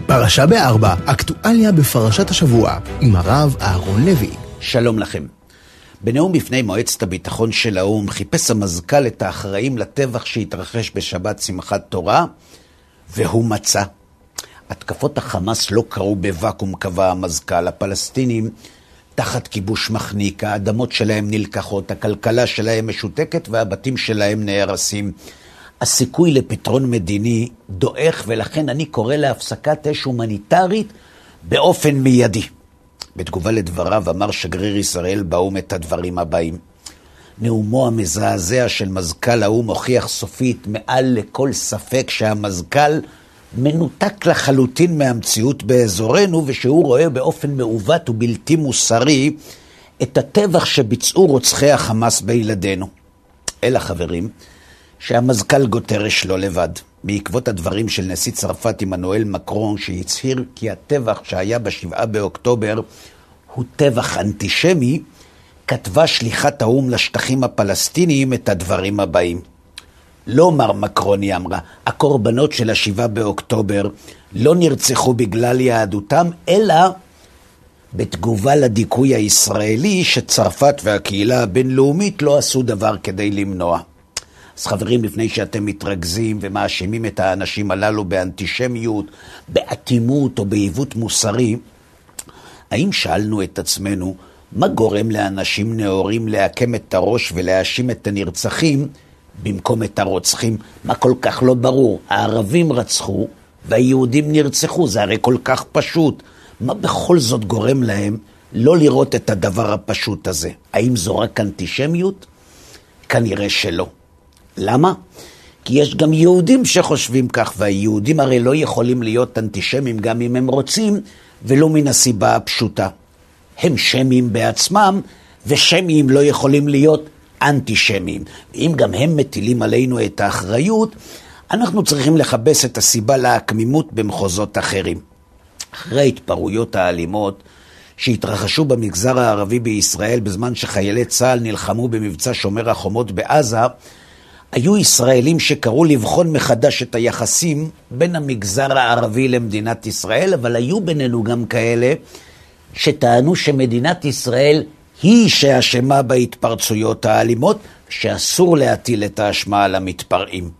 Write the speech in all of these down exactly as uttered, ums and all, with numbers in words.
פרשה בארבע, אקטואליה בפרשת השבוע, עם הרב אהרון לוי. שלום לכם. בנאום בפני מועצת הביטחון של האו"ם חיפש המזכ"ל את האחראים לטבח שהתרחש בשבת שמחת תורה, והוא מצא. התקפות החמאס לא קרו בוואקום, קבע המזכ"ל. הפלסטינים תחת כיבוש מחניק, האדמות שלהם נלקחות, הכלכלה שלהם משותקת והבתים שלהם נהרסים. הסיכוי לפתרון מדיני דועך, ולכן אני קורא להפסקת אש הומניטרית באופן מיידי. בתגובה לדבריו אמר שגריר ישראל באו"ם את הדברים הבאים. נאומו המזעזע של מזכ"ל האו"ם הוכיח סופית מעל לכל ספק שהמזכ"ל מנותק לחלוטין מהמציאות באזורנו, ושהוא רואה באופן מעוות ובלתי מוסרי את הטבח שביצעו רוצחי החמאס בילדינו. אלא חברים, שהמזכ"ל גוטרש לא לבד. בעקבות הדברים של נשיא צרפת עמנואל מקרון, שהצהיר כי הטבח שהיה בשבעה באוקטובר הוא טבח אנטישמי, כתבה שליחת האו"ם לשטחים הפלסטיניים את הדברים הבאים. לא, מר מקרון, היא אמרה, הקורבנות של השבעה באוקטובר לא נרצחו בגלל יהדותם, אלא בתגובה לדיכוי הישראלי שצרפת והקהילה הבינלאומית לא עשו דבר כדי למנוע. אז חברים, לפני שאתם מתרכזים ומאשימים את האנשים הללו באנטישמיות, באטימות או בעיוות מוסרי, האם שאלנו את עצמנו מה גורם לאנשים נאורים להקם את הראש ולהאשים את הנרצחים במקום את הרוצחים? מה כל כך לא ברור? הערבים רצחו והיהודים נרצחו, זה הרי כל כך פשוט. מה בכל זאת גורם להם לא לראות את הדבר הפשוט הזה? האם זו רק אנטישמיות? כנראה שלא. למה? כי יש גם יהודים שחושבים כך, והיהודים הרי לא יכולים להיות אנטישמים גם אם הם רוצים, ולא מן הסיבה הפשוטה. הם שמים בעצמם, ושמים לא יכולים להיות אנטישמים. ואם גם הם מטילים עלינו את האחריות, אנחנו צריכים לחפש את הסיבה להקמימות במחוזות אחרים. אחרי ההתפרעויות האלימות שהתרחשו במגזר הערבי בישראל בזמן שחיילי צה"ל נלחמו במבצע שומר החומות בעזה, היו ישראלים שקראו לבחון מחדש את היחסים בין המגזר הערבי למדינת ישראל, אבל היו בינינו גם כאלה שטענו שמדינת ישראל היא שאשמה בהתפרצויות האלימות, שאסור להטיל את האשמה על המתפרעים.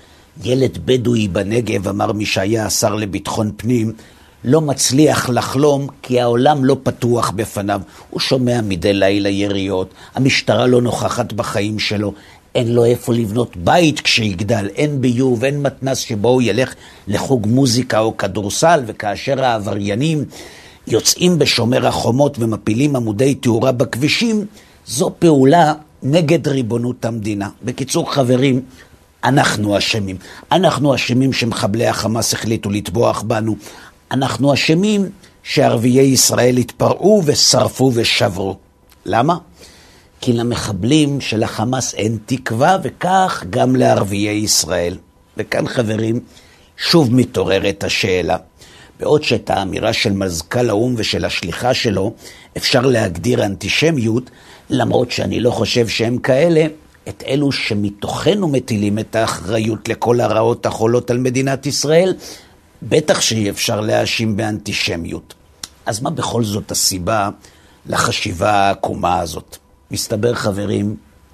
ילד בדואי בנגב, אמר מי שהיה השר לביטחון פנים, לא מצליח לחלום כי העולם לא פתוח בפניו. הוא שומע מדי לילה יריות, המשטרה לא נוכחת בחיים שלו, אין לו איפה לבנות בית כשיגדל, אין ביוב, אין מתנס שבו הוא ילך לחוג מוזיקה או כדורסל, וכאשר העבריינים יוצאים בשומר החומות ומפילים עמודי תאורה בכבישים, זו פעולה נגד ריבונות המדינה. בקיצור חברים, אנחנו אשמים. אנחנו אשמים שמחבלי החמאס החליטו לטבוח בנו. אנחנו אשמים שערביי ישראל התפרעו ושרפו ושברו. למה? כי למחבלים של החמאס אין תקווה, וכך גם לערביי ישראל. וכאן חברים, שוב מתעוררת השאלה. בעוד שאת האמירה של מזכ"ל האו"ם ושל השליחה שלו אפשר להגדיר אנטישמיות, למרות שאני לא חושב שהם כאלה, את אלו שמתוכנו מטילים את האחריות לכל הרעות החולות על מדינת ישראל, בטח שאי אפשר להאשים באנטישמיות. אז מה בכל זאת הסיבה לחשיבה העקומה הזאת? מסתבר חברים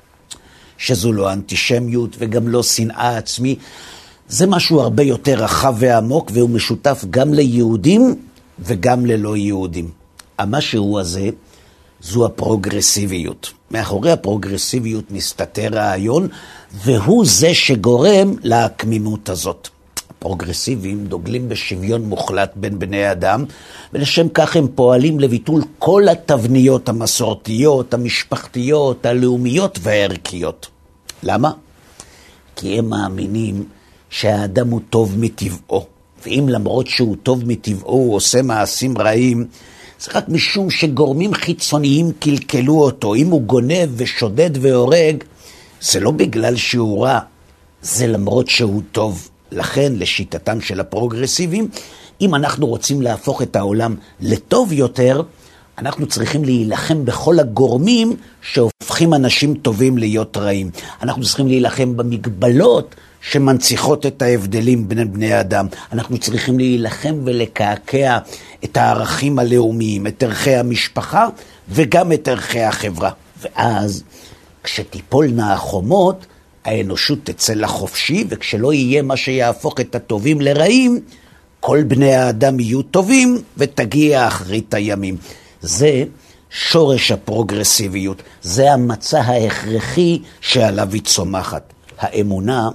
שזו לא אנטישמיות וגם לא שנאה עצמי, זה משהו הרבה יותר רחב ועמוק, והוא משותף גם ליהודים וגם ללא יהודים. המשהו הזה זו הפרוגרסיביות. מאחורי הפרוגרסיביות מסתתר רעיון, והוא זה שגורם להקמימות הזאת. הפרוגרסיביים דוגלים בשוויון מוחלט בין בני אדם, ולשם כך הם פועלים לביטול כל התבניות המסורתיות, המשפחתיות, הלאומיות והערכיות. למה? כי הם מאמינים שהאדם הוא טוב מטבעו, ואם למרות שהוא טוב מטבעו הוא עושה מעשים רעים, זה רק משום שגורמים חיצוניים קלקלו אותו. אם הוא גונב ושודד והורג, זה לא בגלל שהוא רע, זה למרות שהוא טוב. לכן לשיטתם של הפרוגרסיביים, אם אנחנו רוצים להפוך את העולם לטוב יותר, אנחנו צריכים להילחם בכל הגורמים שהופכים אנשים טובים להיות רעים. אנחנו צריכים להילחם במגבלות שמנציחות את ההבדלים בין בני האדם. אנחנו צריכים להילחם ולקעקע את הערכים הלאומיים, את ערכי המשפחה וגם את ערכי החברה. ואז כשתיפולנה החומות, האנושות תצא לחופשי, וכשלא יהיה מה שיהפוך את הטובים לרעים, כל בני האדם יהיו טובים ותגיע אחרית הימים. זה שורש הפרוגרסיביות, זה המצע ההכרחי שעליו היא צומחת. האמונה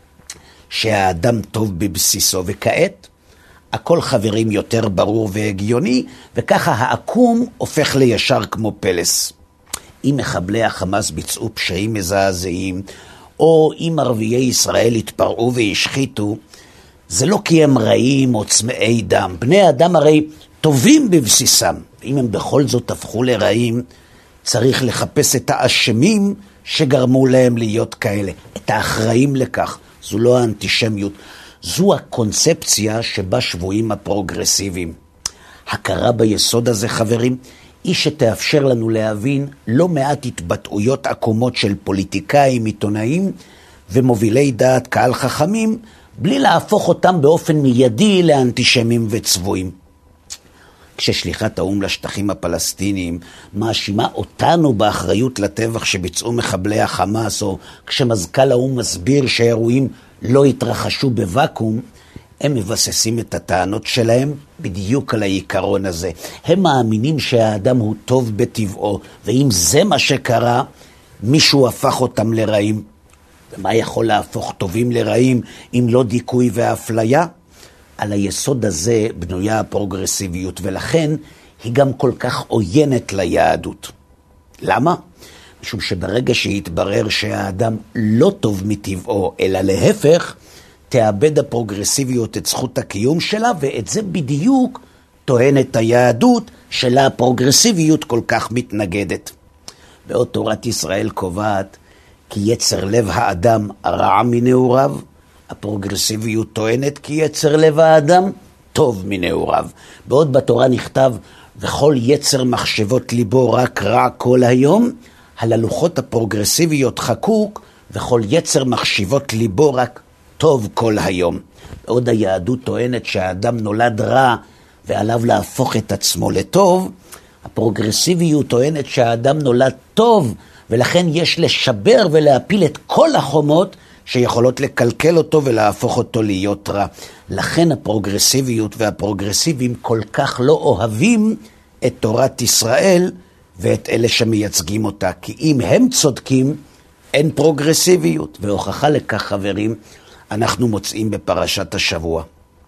שהאדם טוב בבסיסו, וכעת הכל חברים יותר ברור והגיוני, וככה העקום הופך לישר כמו פלס. אם מחבלי החמאס ביצעו פשעים מזעזעים, או אם ערביי ישראל התפרעו והשחיתו, זה לא כי הם רעים או צמאי דם. בני אדם הרי טובים בבסיסם. אם הם בכל זאת הפכו לרעים, צריך לחפש את האשמים שגרמו להם להיות כאלה, את האחראים לכך. זו לא האנטישמיות, זו הקונספציה שבה שבויים הפרוגרסיביים. הכרה ביסוד הזה, חברים, היא שתאפשר לנו להבין לא מעט התבטאויות עקומות של פוליטיקאים, עיתונאים ומובילי דעת קהל חכמים, בלי להפוך אותם באופן מיידי לאנטישמים וצבועים. כששליחת האום לשטחים הפלסטיניים מאשימה אותנו באחריות לטבח שביצעו מחבלי החמאס, או כשמזכ"ל האום מסביר שהאירועים לא התרחשו בוואקום, הם מבססים את הטענות שלהם בדיוק על העיקרון הזה. הם מאמינים שהאדם הוא טוב בטבעו, ואם זה מה שקרה, מישהו הפך אותם לרעים. ומה יכול להפוך טובים לרעים אם לא דיכוי ואפליה? על היסוד הזה בנויה הפרוגרסיביות, ולכן היא גם כל כך עוינת ליהדות. למה? משום שברגע שהתברר שהאדם לא טוב מטבעו, אלא להפך, תאבד הפרוגרסיביות את זכות הקיום שלה, ואת זה בדיוק טוענת היהדות שלה הפרוגרסיביות כל כך מתנגדת. בעוד תורת ישראל קובעת כי יצר לב האדם רע מנעוריו, הפרוגרסיביות טוענת כי יצר לב האדם טוב מנעוריו. בעוד בתורה נכתב וכל יצר מחשבות ליבו רק רע כל היום, על הלוחות הפרוגרסיביות חקוק וכל יצר מחשבות ליבו רק טוב כל היום. בעוד היהדות טוענת שהאדם נולד רע ועליו להפוך את עצמו לטוב, הפרוגרסיביות טוענת שהאדם נולד טוב ולכן יש לשבר ולהפיל את כל החומות שיכולות לקלקל אותו ולהפוך אותו להיות רע. לכן הפרוגרסיביות והפרוגרסיבים כל כך לא אוהבים את תורת ישראל ואת אלה שמייצגים אותה. כי אם הם צודקים, אין פרוגרסיביות. והוכחה לכך, חברים, אנחנו מוצאים בפרשת השבוע.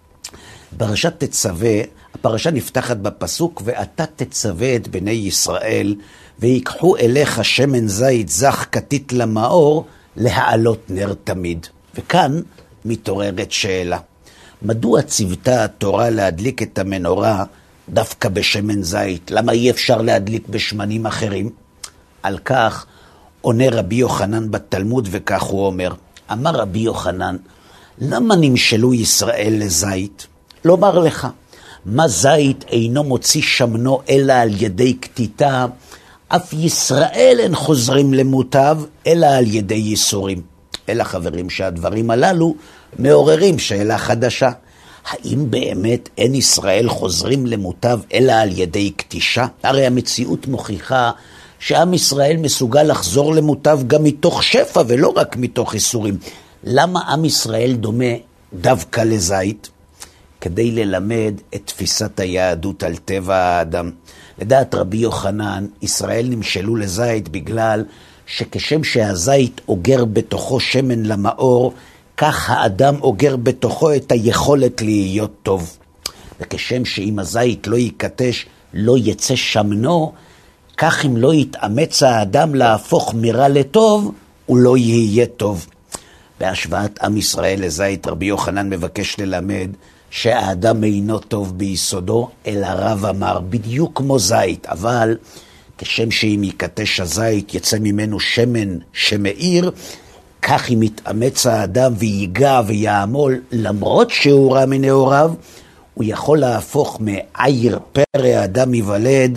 פרשת תצווה, הפרשה נפתחת בפסוק, ואתה תצווה את בני ישראל, ויקחו אליך שמן זית זך כתית למאור, להעלות נר תמיד. וכאן מתעוררת שאלה. מדוע ציוותה התורה להדליק את המנורה דווקא בשמן זית? למה אי אפשר להדליק בשמנים אחרים? על כך עונה רבי יוחנן בתלמוד, וכך הוא אומר. אמר רבי יוחנן, למה נמשלו ישראל לזית? לומר לך, מה זית אינו מוציא שמנו אלא על ידי כתיתה, אף ישראל אין חוזרים למוטב אלא על ידי ייסורים. אלא חברים שהדברים הללו מעוררים שאלה חדשה. האם באמת אין ישראל חוזרים למוטב אלא על ידי כתישה? הרי המציאות מוכיחה שעם ישראל מסוגל לחזור למוטב גם מתוך שפע ולא רק מתוך ייסורים. למה עם ישראל דומה דווקא לזית? כדי ללמד את תפיסת היהדות על טבע האדם. לדעת רבי יוחנן, ישראל נמשלו לזית בגלל שכשם שהזית אוגר בתוכו שמן למאור, כך האדם אוגר בתוכו את היכולת להיות טוב. וכשם שאם הזית לא יקטש, לא יצא שמנו, כך אם לא יתאמץ האדם להפוך מרע לטוב, הוא לא יהיה טוב. בהשוואת עם ישראל לזית, רבי יוחנן מבקש ללמד שהאדם אינו טוב ביסודו, אלא רב אמר, בדיוק כמו זית, אבל כשם שאם יקטש הזית יצא ממנו שמן שמאיר, כך אם יתאמץ האדם ויגע ויעמול, למרות שהוא רע מנעוריו, הוא יכול להפוך מעיר פרא האדם יוולד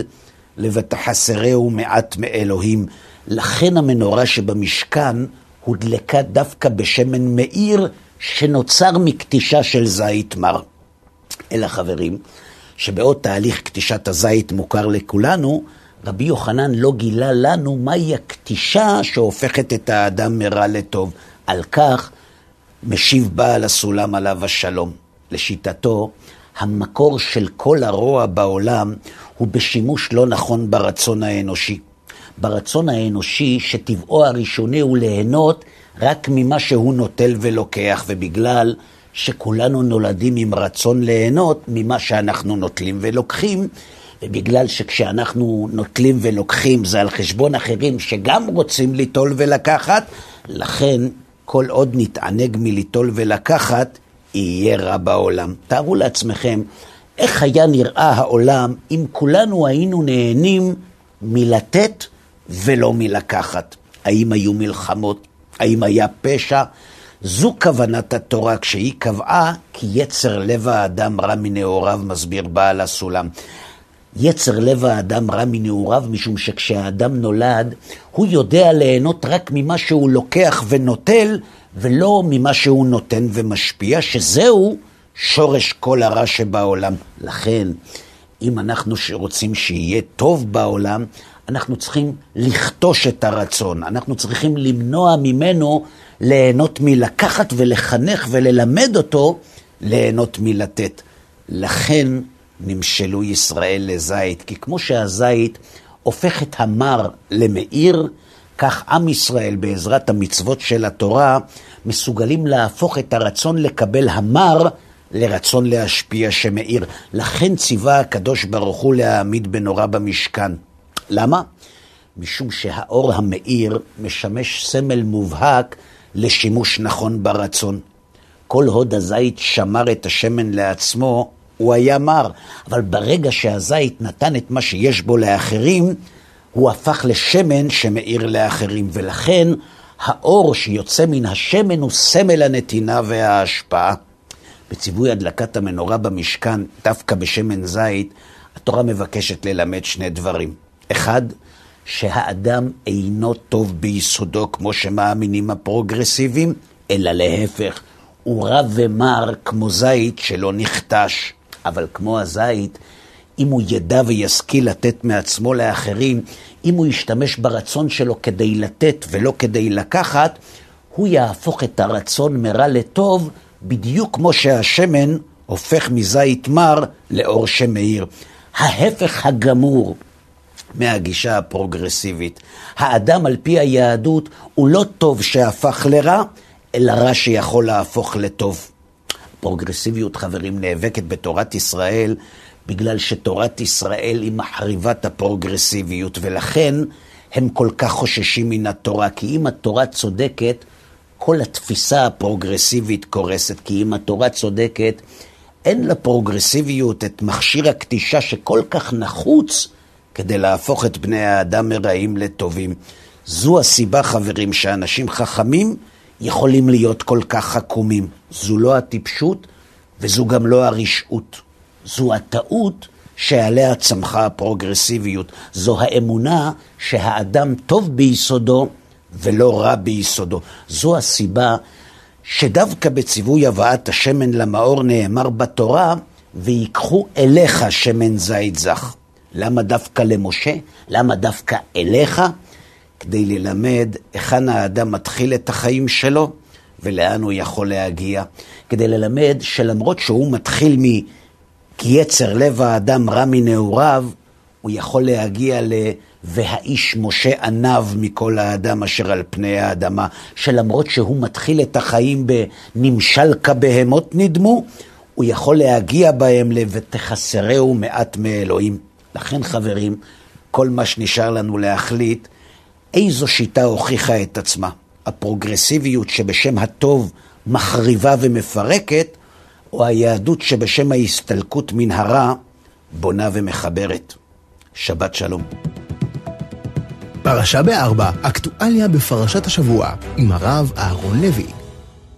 לבתחסרהו מעט מאלוהים. לכן המנורה שבמשכן הודלקה דווקא בשמן מאיר שנוצר מקטישה של זית מר. אלא חברים, שבעוד תהליך קטישת הזית מוכר לכולנו, רבי יוחנן לא גילה לנו מהי הקטישה שהופכת את האדם מרע לטוב. על כך משיב בעל הסולם עליו השלום. לשיטתו, המקור של כל הרוע בעולם הוא בשימוש לא נכון ברצון האנושי. ברצון האנושי שטבעו הראשוני הוא ליהנות רק ממה שהוא נוטל ולוקח, ובגלל שכולנו נולדים עם רצון ליהנות ממה שאנחנו נוטלים ולוקחים, ובגלל שכשאנחנו נוטלים ולוקחים זה על חשבון אחרים שגם רוצים ליטול ולקחת, לכן כל עוד נתענג מליטול ולקחת, יהיה רע בעולם. תארו לעצמכם איך היה נראה העולם אם כולנו היינו נהנים מלתת ולא מלקחת. האם היו מלחמות? האם היה פשע? זו כוונת התורה כשהיא קבעה כי יצר לב האדם רע מנעוריו, מסביר בעל הסולם. יצר לב האדם רע מנעוריו משום שכשהאדם נולד הוא יודע ליהנות רק ממה שהוא לוקח ונוטל ולא ממה שהוא נותן ומשפיע, שזהו שורש כל הרע שבעולם. לכן אם אנחנו רוצים שיהיה טוב בעולם, אנחנו צריכים לכתוש את הרצון, אנחנו צריכים למנוע ממנו ליהנות מלקחת ולחנך וללמד אותו ליהנות מלתת. לכן נמשלו ישראל לזית, כי כמו שהזית הופך את המר למאיר, כך עם ישראל בעזרת המצוות של התורה מסוגלים להפוך את הרצון לקבל המר לרצון להשפיע שמאיר. לכן ציווה הקדוש ברוך הוא להעמיד בנורה במשכן. למה? משום שהאור המאיר משמש סמל מובהק לשימוש נכון ברצון. כל הוד הזית שמר את השמן לעצמו, הוא היה מר, אבל ברגע שהזית נתן את מה שיש בו לאחרים, הוא הפך לשמן שמאיר לאחרים, ולכן האור שיוצא מן השמן הוא סמל הנתינה וההשפעה. בציווי הדלקת המנורה במשכן, דווקא בשמן זית, התורה מבקשת ללמד שני דברים. אחד, שהאדם אינו טוב ביסודו כמו שמאמינים הפרוגרסיביים, אלא להפך, הוא רע ומר כמו זית שלא נכתש. אבל כמו הזית, אם הוא ידע וישכיל לתת מעצמו לאחרים, אם הוא ישתמש ברצון שלו כדי לתת ולא כדי לקחת, הוא יהפוך את הרצון מרע לטוב, בדיוק כמו שהשמן הופך מזית מר לאור שמאיר. ההפך הגמור מהגישה הפרוגרסיבית. האדם על פי היהדות הוא לא טוב שהפך לרע, אלא רע שיכול להפוך לטוב. פרוגרסיביות, חברים, נאבקת בתורת ישראל, בגלל שתורת ישראל היא מחריבת הפרוגרסיביות, ולכן הם כל כך חוששים מן התורה, כי אם התורה צודקת, כל התפיסה הפרוגרסיבית קורסת, כי אם התורה צודקת, אין לפרוגרסיביות את מכשיר הקטישה שכל כך נחוץ, כדי להפוך את בני האדם מרעים לטובים. זו הסיבה, חברים, שאנשים חכמים יכולים להיות כל כך חכומים. זו לא הטיפשות וזו גם לא הרשעות. זו הטעות שעליה צמחה הפרוגרסיביות. זו האמונה שהאדם טוב ביסודו ולא רע ביסודו. זו הסיבה שדווקא בציווי הבאת השמן למאור נאמר בתורה, ויקחו אליך שמן זית זך. למה דווקא למשה? למה דווקא אליך? כדי ללמד היכן האדם מתחיל את החיים שלו ולאן הוא יכול להגיע. כדי ללמד שלמרות שהוא מתחיל מ... כי יצר לב האדם רע מנעוריו, הוא יכול להגיע ל... והאיש משה עניו מכל האדם אשר על פני האדמה. שלמרות שהוא מתחיל את החיים בנמשל כבהמות נדמו, הוא יכול להגיע בהם לבתחסרהו מעט מאלוהים. לכן חברים, כל מה שנשאר לנו להחליט, איזו שיטה הוכיחה את עצמה. הפרוגרסיביות שבשם הטוב מחריבה ומפרקת, או היהדות שבשם ההסתלקות מן הרע בונה ומחברת. שבת שלום. פרשה בארבע, אקטואליה בפרשת השבוע, עם הרב אהרון לוי.